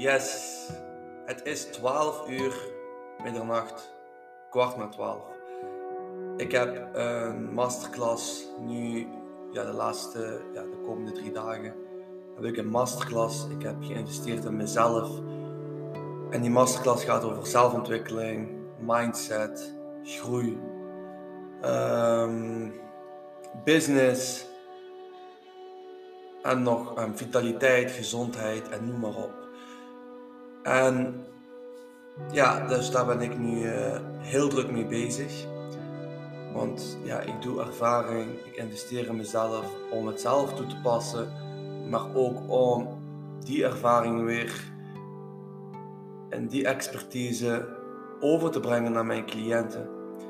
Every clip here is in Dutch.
Yes, het is 12 uur middernacht, kwart na 12. Ik heb een masterclass nu, de komende 3 dagen heb ik een masterclass. Ik heb geïnvesteerd in mezelf. En die masterclass gaat over zelfontwikkeling, mindset, groei, business en nog vitaliteit, gezondheid en noem maar op. En ja, dus daar ben ik nu heel druk mee bezig. Want ja, ik doe ervaring, ik investeer in mezelf om het zelf toe te passen, maar ook om die ervaring weer en die expertise over te brengen naar mijn cliënten.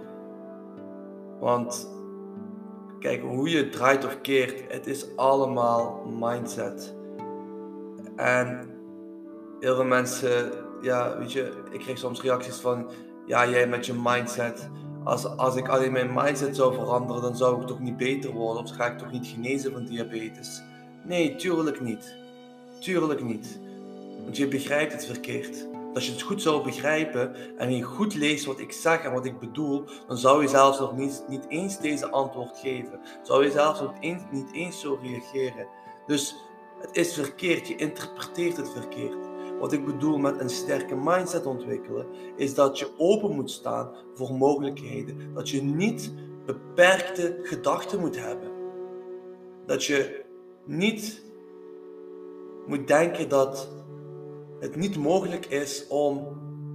Want kijk, hoe je het draait of keert, het is allemaal mindset. En heel veel mensen, ja, weet je, ik krijg soms reacties van, ja, jij met je mindset. Als ik alleen mijn mindset zou veranderen, dan zou ik toch niet beter worden? Of ga ik toch niet genezen van diabetes? Nee, tuurlijk niet. Tuurlijk niet. Want je begrijpt het verkeerd. Als je het goed zou begrijpen en je goed leest wat ik zeg en wat ik bedoel, dan zou je zelfs nog niet eens deze antwoord geven. Zou je zelfs nog niet eens zo reageren. Dus het is verkeerd, je interpreteert het verkeerd. Wat ik bedoel met een sterke mindset ontwikkelen, is dat je open moet staan voor mogelijkheden. Dat je niet beperkte gedachten moet hebben. Dat je niet moet denken dat het niet mogelijk is om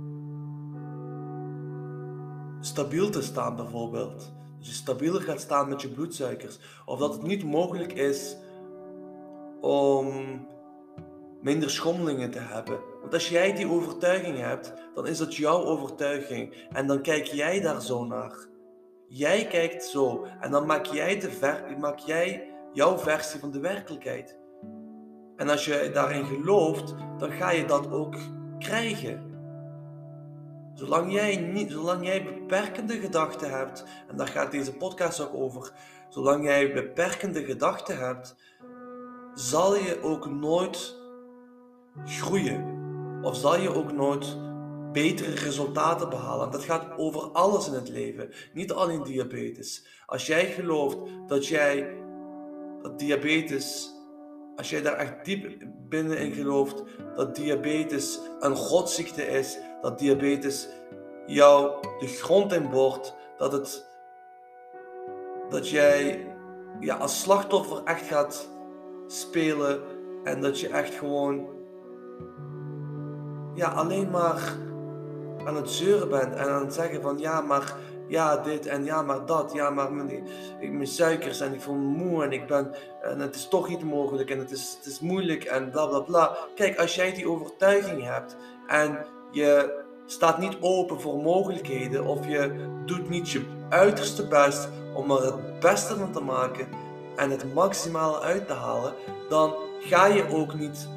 stabiel te staan bijvoorbeeld. Dat je stabieler gaat staan met je bloedsuikers. Of dat het niet mogelijk is om minder schommelingen te hebben. Want als jij die overtuiging hebt, dan is dat jouw overtuiging. En dan kijk jij daar zo naar. Jij kijkt zo. En dan maak jij jouw versie van de werkelijkheid. En als je daarin gelooft, dan ga je dat ook krijgen. Zolang jij beperkende gedachten hebt, en daar gaat deze podcast ook over, zolang jij beperkende gedachten hebt, zal je ook nooit groeien. Of zal je ook nooit betere resultaten behalen. En dat gaat over alles in het leven, niet alleen diabetes. Als jij gelooft dat diabetes, als jij daar echt diep binnenin gelooft dat diabetes een godsziekte is, dat diabetes jou de grond in boort, dat jij als slachtoffer echt gaat spelen en dat je echt gewoon alleen maar aan het zeuren bent en aan het zeggen van ja dit en ja maar dat, ja maar mijn suikers en ik voel me moe en het is toch niet mogelijk en het is moeilijk en bla bla bla. Kijk, als jij die overtuiging hebt en je staat niet open voor mogelijkheden of je doet niet je uiterste best om er het beste van te maken en het maximale uit te halen, dan ga je ook niet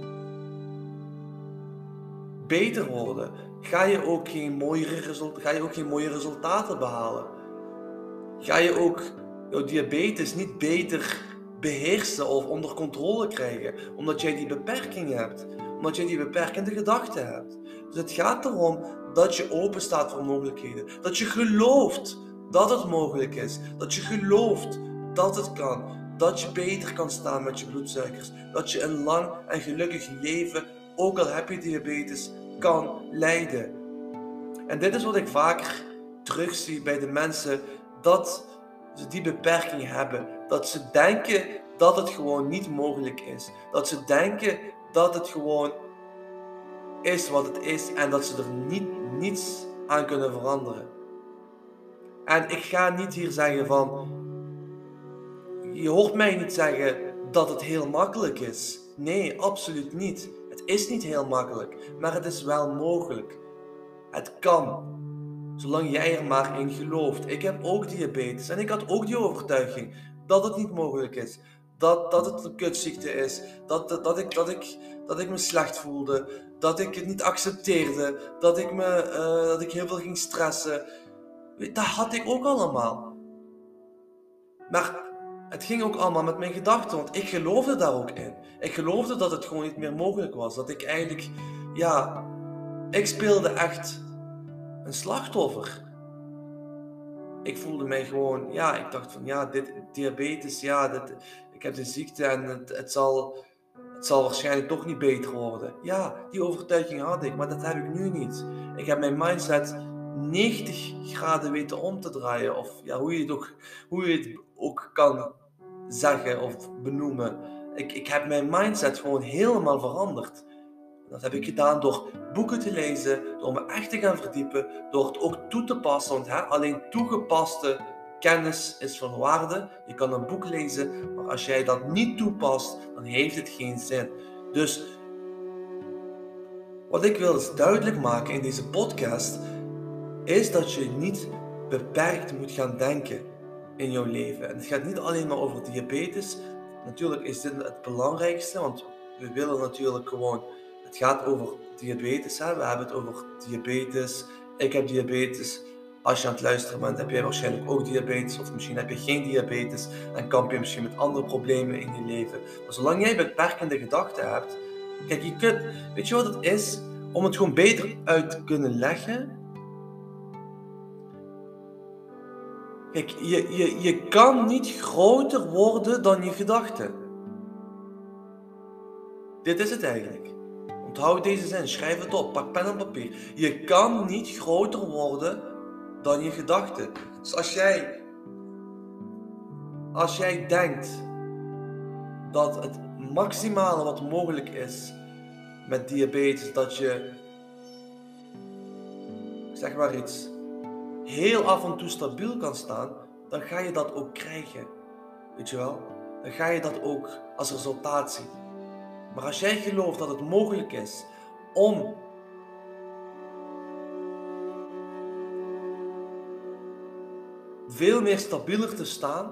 beter worden. Ga je ook geen mooie resultaten behalen. Ga je ook jouw diabetes niet beter beheersen of onder controle krijgen, omdat jij die beperking hebt, omdat jij die beperkende gedachten hebt. Dus het gaat erom dat je open staat voor mogelijkheden, dat je gelooft dat het mogelijk is, dat je gelooft dat het kan, dat je beter kan staan met je bloedsuikers, dat je een lang en gelukkig leven, ook al heb je diabetes, kan leiden. En dit is wat ik vaker terugzie bij de mensen, dat ze die beperking hebben. Dat ze denken dat het gewoon niet mogelijk is. Dat ze denken dat het gewoon is wat het is en dat ze er niets aan kunnen veranderen. En ik ga niet hier zeggen van, je hoort mij niet zeggen dat het heel makkelijk is. Nee, absoluut niet. Het is niet heel makkelijk, maar het is wel mogelijk. Het kan, zolang jij er maar in gelooft. Ik heb ook diabetes en ik had ook die overtuiging dat het niet mogelijk is. Dat het een kutziekte is, dat ik me slecht voelde, dat ik het niet accepteerde, dat ik heel veel ging stressen. Dat had ik ook allemaal. Maar het ging ook allemaal met mijn gedachten, want ik geloofde daar ook in. Ik geloofde dat het gewoon niet meer mogelijk was. Dat ik eigenlijk ja, ik speelde echt een slachtoffer. Ik voelde mij gewoon, ik dacht van dit diabetes, ik heb de ziekte en het zal waarschijnlijk toch niet beter worden. Ja, die overtuiging had ik, maar dat heb ik nu niet. Ik heb mijn mindset 90 graden weten om te draaien, of hoe je het ook kan zeggen of benoemen. Ik heb mijn mindset gewoon helemaal veranderd. Dat heb ik gedaan door boeken te lezen, door me echt te gaan verdiepen, door het ook toe te passen. Want alleen toegepaste kennis is van waarde. Je kan een boek lezen, maar als jij dat niet toepast, dan heeft het geen zin. Dus wat ik wil is duidelijk maken in deze podcast, is dat je niet beperkt moet gaan denken in jouw leven. En het gaat niet alleen maar over diabetes. Natuurlijk is dit het belangrijkste, want we willen natuurlijk gewoon... Het gaat over diabetes, we hebben het over diabetes. Ik heb diabetes. Als je aan het luisteren bent, heb jij waarschijnlijk ook diabetes. Of misschien heb je geen diabetes en kamp je misschien met andere problemen in je leven. Maar zolang jij beperkende gedachten hebt... Kijk, weet je wat het is? Om het gewoon beter uit te kunnen leggen... Kijk, je kan niet groter worden dan je gedachten. Dit is het eigenlijk. Onthoud deze zin, schrijf het op, pak pen en papier. Je kan niet groter worden dan je gedachten. Dus als jij denkt dat het maximale wat mogelijk is met diabetes, dat je, zeg maar iets, heel af en toe stabiel kan staan, dan ga je dat ook krijgen. Weet je wel? Dan ga je dat ook als resultaat zien. Maar als jij gelooft dat het mogelijk is om veel meer stabieler te staan,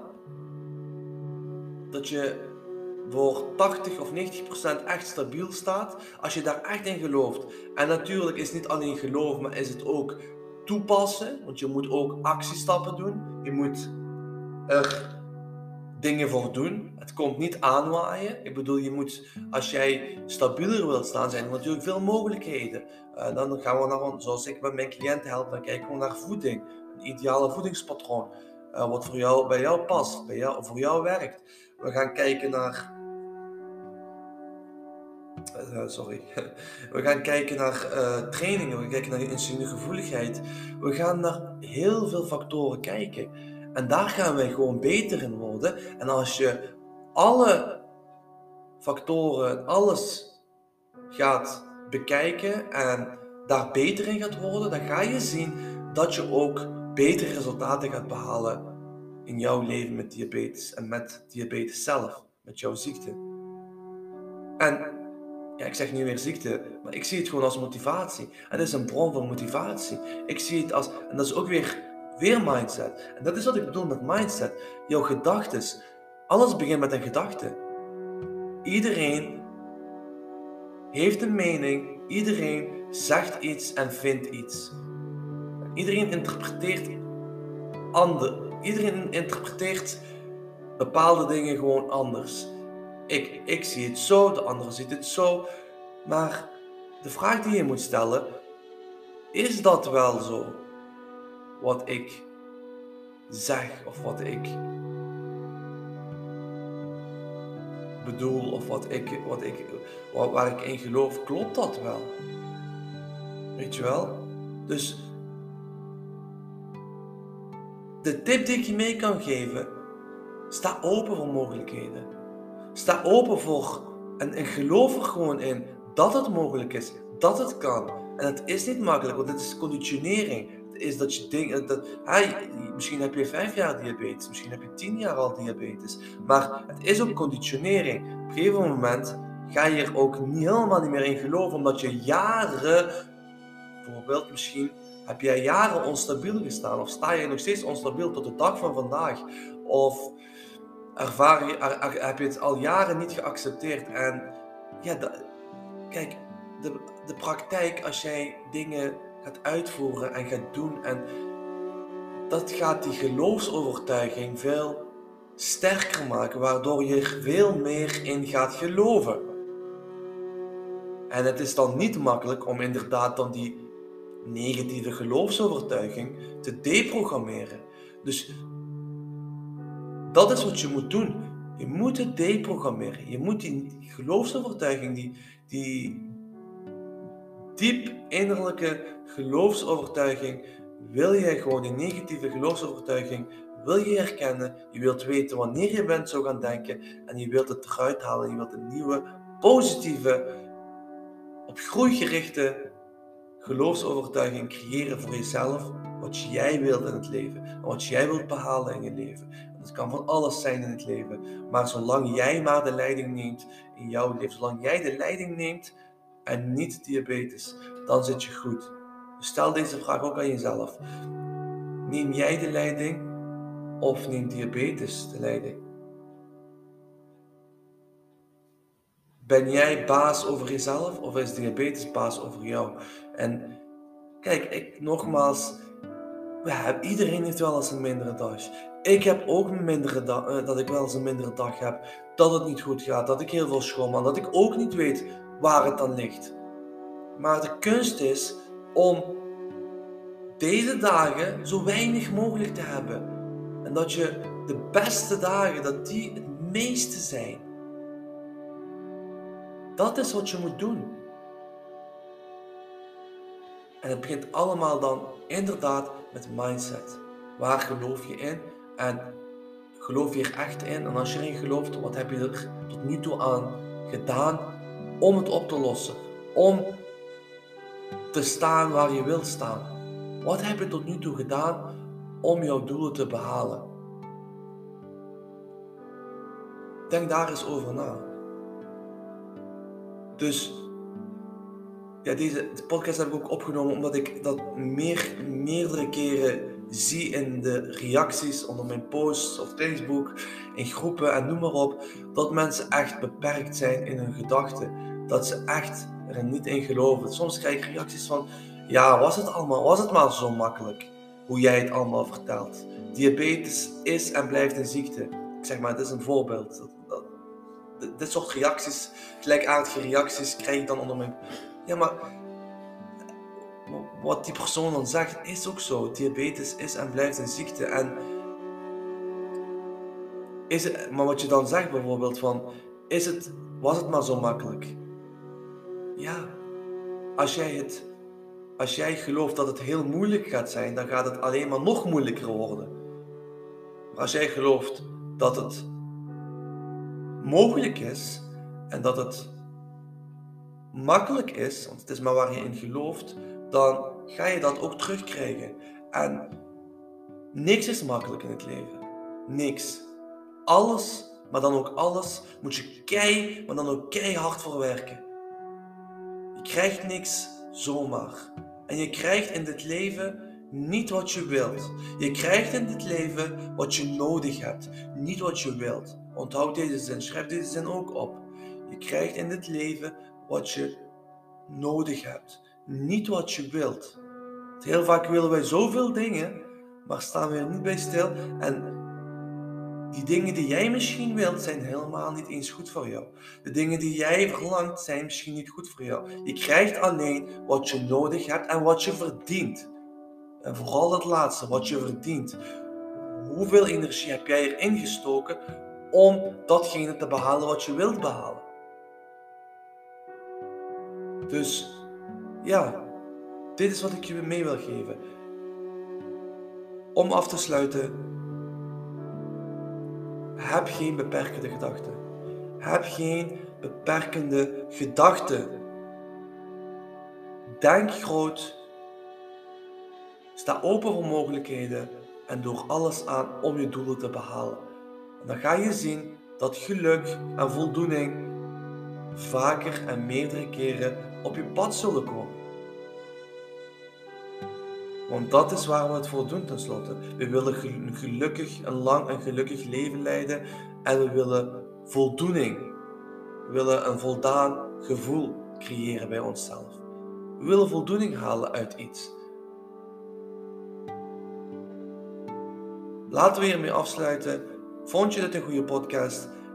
dat je voor 80 of 90% echt stabiel staat, als je daar echt in gelooft. En natuurlijk is het niet alleen geloof, maar is het ook toepassen, want je moet ook actiestappen doen. Je moet er dingen voor doen. Het komt niet aanwaaien. Ik bedoel, als jij stabieler wilt staan, zijn er natuurlijk veel mogelijkheden. Dan gaan we naar, zoals ik met mijn cliënten help, dan kijken we naar voeding. Een ideale voedingspatroon. Wat bij jou past, voor jou werkt. We gaan kijken naar... We gaan kijken naar trainingen, we gaan kijken naar je insulinegevoeligheid. We gaan naar heel veel factoren kijken. En daar gaan wij gewoon beter in worden. En als je alle factoren, alles gaat bekijken en daar beter in gaat worden, dan ga je zien dat je ook betere resultaten gaat behalen in jouw leven met diabetes en met diabetes zelf, met jouw ziekte. En ik zeg nu weer ziekte, maar ik zie het gewoon als motivatie. Het is een bron van motivatie. Ik zie het als, en dat is ook weer mindset. En dat is wat ik bedoel met mindset. Jouw gedachtes. Alles begint met een gedachte. Iedereen heeft een mening. Iedereen zegt iets en vindt iets. Iedereen interpreteert bepaalde dingen gewoon anders. Ik zie het zo, de andere ziet het zo. Maar de vraag die je moet stellen, is dat wel zo? Wat ik zeg of wat ik bedoel of waar ik in geloof, klopt dat wel? Weet je wel? Dus de tip die ik je mee kan geven, sta open voor mogelijkheden. Sta open voor en geloof er gewoon in dat het mogelijk is, dat het kan. En het is niet makkelijk, want het is conditionering. Het is dat je denkt, misschien heb je 5 jaar diabetes, misschien heb je 10 jaar al diabetes. Maar het is ook conditionering. Op een gegeven moment ga je er ook helemaal niet meer in geloven, omdat je jaren, bijvoorbeeld misschien heb jij jaren onstabiel gestaan, of sta je nog steeds onstabiel tot de dag van vandaag, of heb je het al jaren niet geaccepteerd. En kijk, de praktijk, als jij dingen gaat uitvoeren en gaat doen, en dat gaat die geloofsovertuiging veel sterker maken, waardoor je er veel meer in gaat geloven. En het is dan niet makkelijk om inderdaad dan die negatieve geloofsovertuiging te deprogrammeren. Dus dat is wat je moet doen. Je moet het deprogrammeren. Je moet die geloofsovertuiging, die diep innerlijke geloofsovertuiging, wil jij gewoon die negatieve geloofsovertuiging, wil je herkennen. Je wilt weten wanneer je bent zo gaan denken en je wilt het eruit halen. Je wilt een nieuwe, positieve, op groei gerichte geloofsovertuiging creëren voor jezelf, wat jij wilt in het leven en wat jij wilt behalen in je leven. En dat kan van alles zijn in het leven, maar zolang jij maar de leiding neemt in jouw leven, zolang jij de leiding neemt en niet diabetes, dan zit je goed. Dus stel deze vraag ook aan jezelf. Neem jij de leiding of neemt diabetes de leiding? Ben jij baas over jezelf of is diabetes baas over jou? En kijk, nogmaals, iedereen heeft wel eens een mindere dag. Ik heb ook een mindere dag, dat ik wel eens een mindere dag heb, dat het niet goed gaat, dat ik heel veel schommel, dat ik ook niet weet waar het dan ligt. Maar de kunst is om deze dagen zo weinig mogelijk te hebben. En dat je de beste dagen, dat die het meeste zijn. Dat is wat je moet doen. En het begint allemaal dan inderdaad met mindset. Waar geloof je in? En geloof je er echt in? En als je erin gelooft, wat heb je er tot nu toe aan gedaan om het op te lossen? Om te staan waar je wilt staan. Wat heb je tot nu toe gedaan om jouw doelen te behalen? Denk daar eens over na. Dus ja, deze podcast heb ik ook opgenomen omdat ik dat meerdere keren zie in de reacties onder mijn posts op Facebook, in groepen en noem maar op, dat mensen echt beperkt zijn in hun gedachten. Dat ze echt er niet in geloven. Soms krijg ik reacties van, ja, was het maar zo makkelijk, hoe jij het allemaal vertelt. Diabetes is en blijft een ziekte. Ik zeg maar, dit is een voorbeeld. Dit soort reacties, gelijkaardige reacties, krijg ik dan onder mijn... Ja, maar wat die persoon dan zegt, is ook zo. Diabetes is en blijft een ziekte. En maar wat je dan zegt bijvoorbeeld van, was het maar zo makkelijk? Ja, als jij gelooft dat het heel moeilijk gaat zijn, dan gaat het alleen maar nog moeilijker worden. Maar als jij gelooft dat het mogelijk is en dat het makkelijk is, want het is maar waar je in gelooft, dan ga je dat ook terugkrijgen. En niks is makkelijk in het leven. Niks. Alles, maar dan ook alles, moet je maar dan ook keihard voor werken. Je krijgt niks zomaar. En je krijgt in dit leven niet wat je wilt. Je krijgt in dit leven wat je nodig hebt, niet wat je wilt. Onthoud deze zin, schrijf deze zin ook op. Je krijgt in dit leven wat je nodig hebt, niet wat je wilt. Want heel vaak willen wij zoveel dingen, maar staan we er niet bij stil. En die dingen die jij misschien wilt, zijn helemaal niet eens goed voor jou. De dingen die jij verlangt, zijn misschien niet goed voor jou. Je krijgt alleen wat je nodig hebt en wat je verdient. En vooral dat laatste, wat je verdient. Hoeveel energie heb jij erin gestoken om datgene te behalen wat je wilt behalen? Dus ja, dit is wat ik je mee wil geven. Om af te sluiten, heb geen beperkende gedachten. Heb geen beperkende gedachten. Denk groot. Sta open voor mogelijkheden en doe alles aan om je doelen te behalen. En dan ga je zien dat geluk en voldoening vaker en meerdere keren op je pad zullen komen. Want dat is waar we het voor doen tenslotte. We willen een lang en gelukkig leven leiden en we willen voldoening. We willen een voldaan gevoel creëren bij onszelf. We willen voldoening halen uit iets. Laten we hiermee afsluiten. Vond je dit een goede podcast?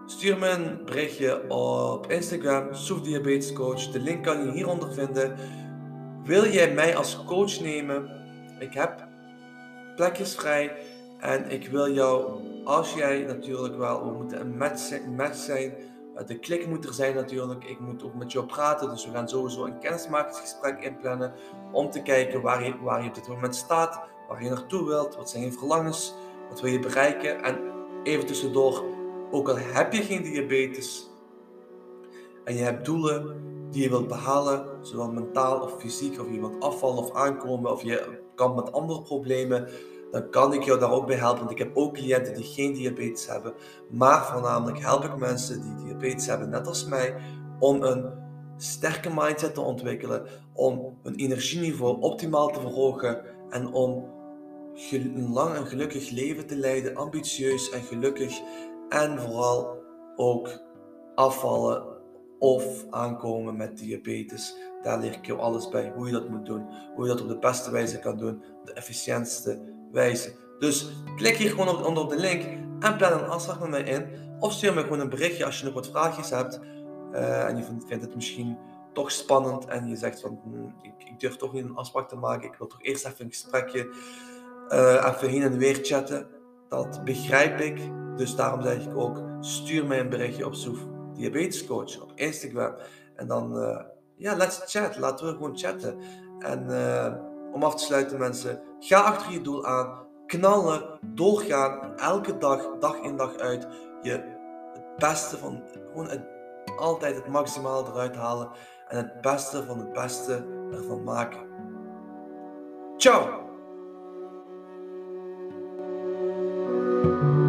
Stuur me een berichtje op Instagram, Soef Diabetes Coach. De link kan je hieronder vinden. Wil jij mij als coach nemen? Ik heb plekjes vrij en ik wil jou, als jij natuurlijk wel, we moeten een match zijn. De klik moet er zijn natuurlijk. Ik moet ook met jou praten, dus we gaan sowieso een kennismakingsgesprek inplannen om te kijken waar je op dit moment staat, waar je naartoe wilt, wat zijn je verlangens, wat wil je bereiken. En even tussendoor, ook al heb je geen diabetes en je hebt doelen die je wilt behalen, zowel mentaal of fysiek, of je wilt afvallen of aankomen, of je kan met andere problemen, dan kan ik jou daar ook bij helpen. Want ik heb ook cliënten die geen diabetes hebben, maar voornamelijk help ik mensen die diabetes hebben, net als mij, om een sterke mindset te ontwikkelen, om hun energieniveau optimaal te verhogen en om een lang en gelukkig leven te leiden, ambitieus en gelukkig, en vooral ook afvallen of aankomen met diabetes. Daar leer ik jou alles bij, hoe je dat moet doen, hoe je dat op de beste wijze kan doen, op de efficiëntste wijze. Dus klik hier gewoon onder op de link en plan een afspraak met mij in, of stuur me gewoon een berichtje als je nog wat vraagjes hebt en je vindt het misschien toch spannend en je zegt van ik durf toch niet een afspraak te maken, ik wil toch eerst even een gesprekje, even heen en weer chatten. Dat begrijp ik, dus daarom zeg ik ook, stuur mij een berichtje op Soef Diabetes Coach op Instagram en dan let's chat, laten we gewoon chatten. En om af te sluiten mensen, ga achter je doel aan, knallen, doorgaan, elke dag, dag in dag uit, het beste van, gewoon altijd het maximaal eruit halen en het beste van het beste ervan maken. Ciao!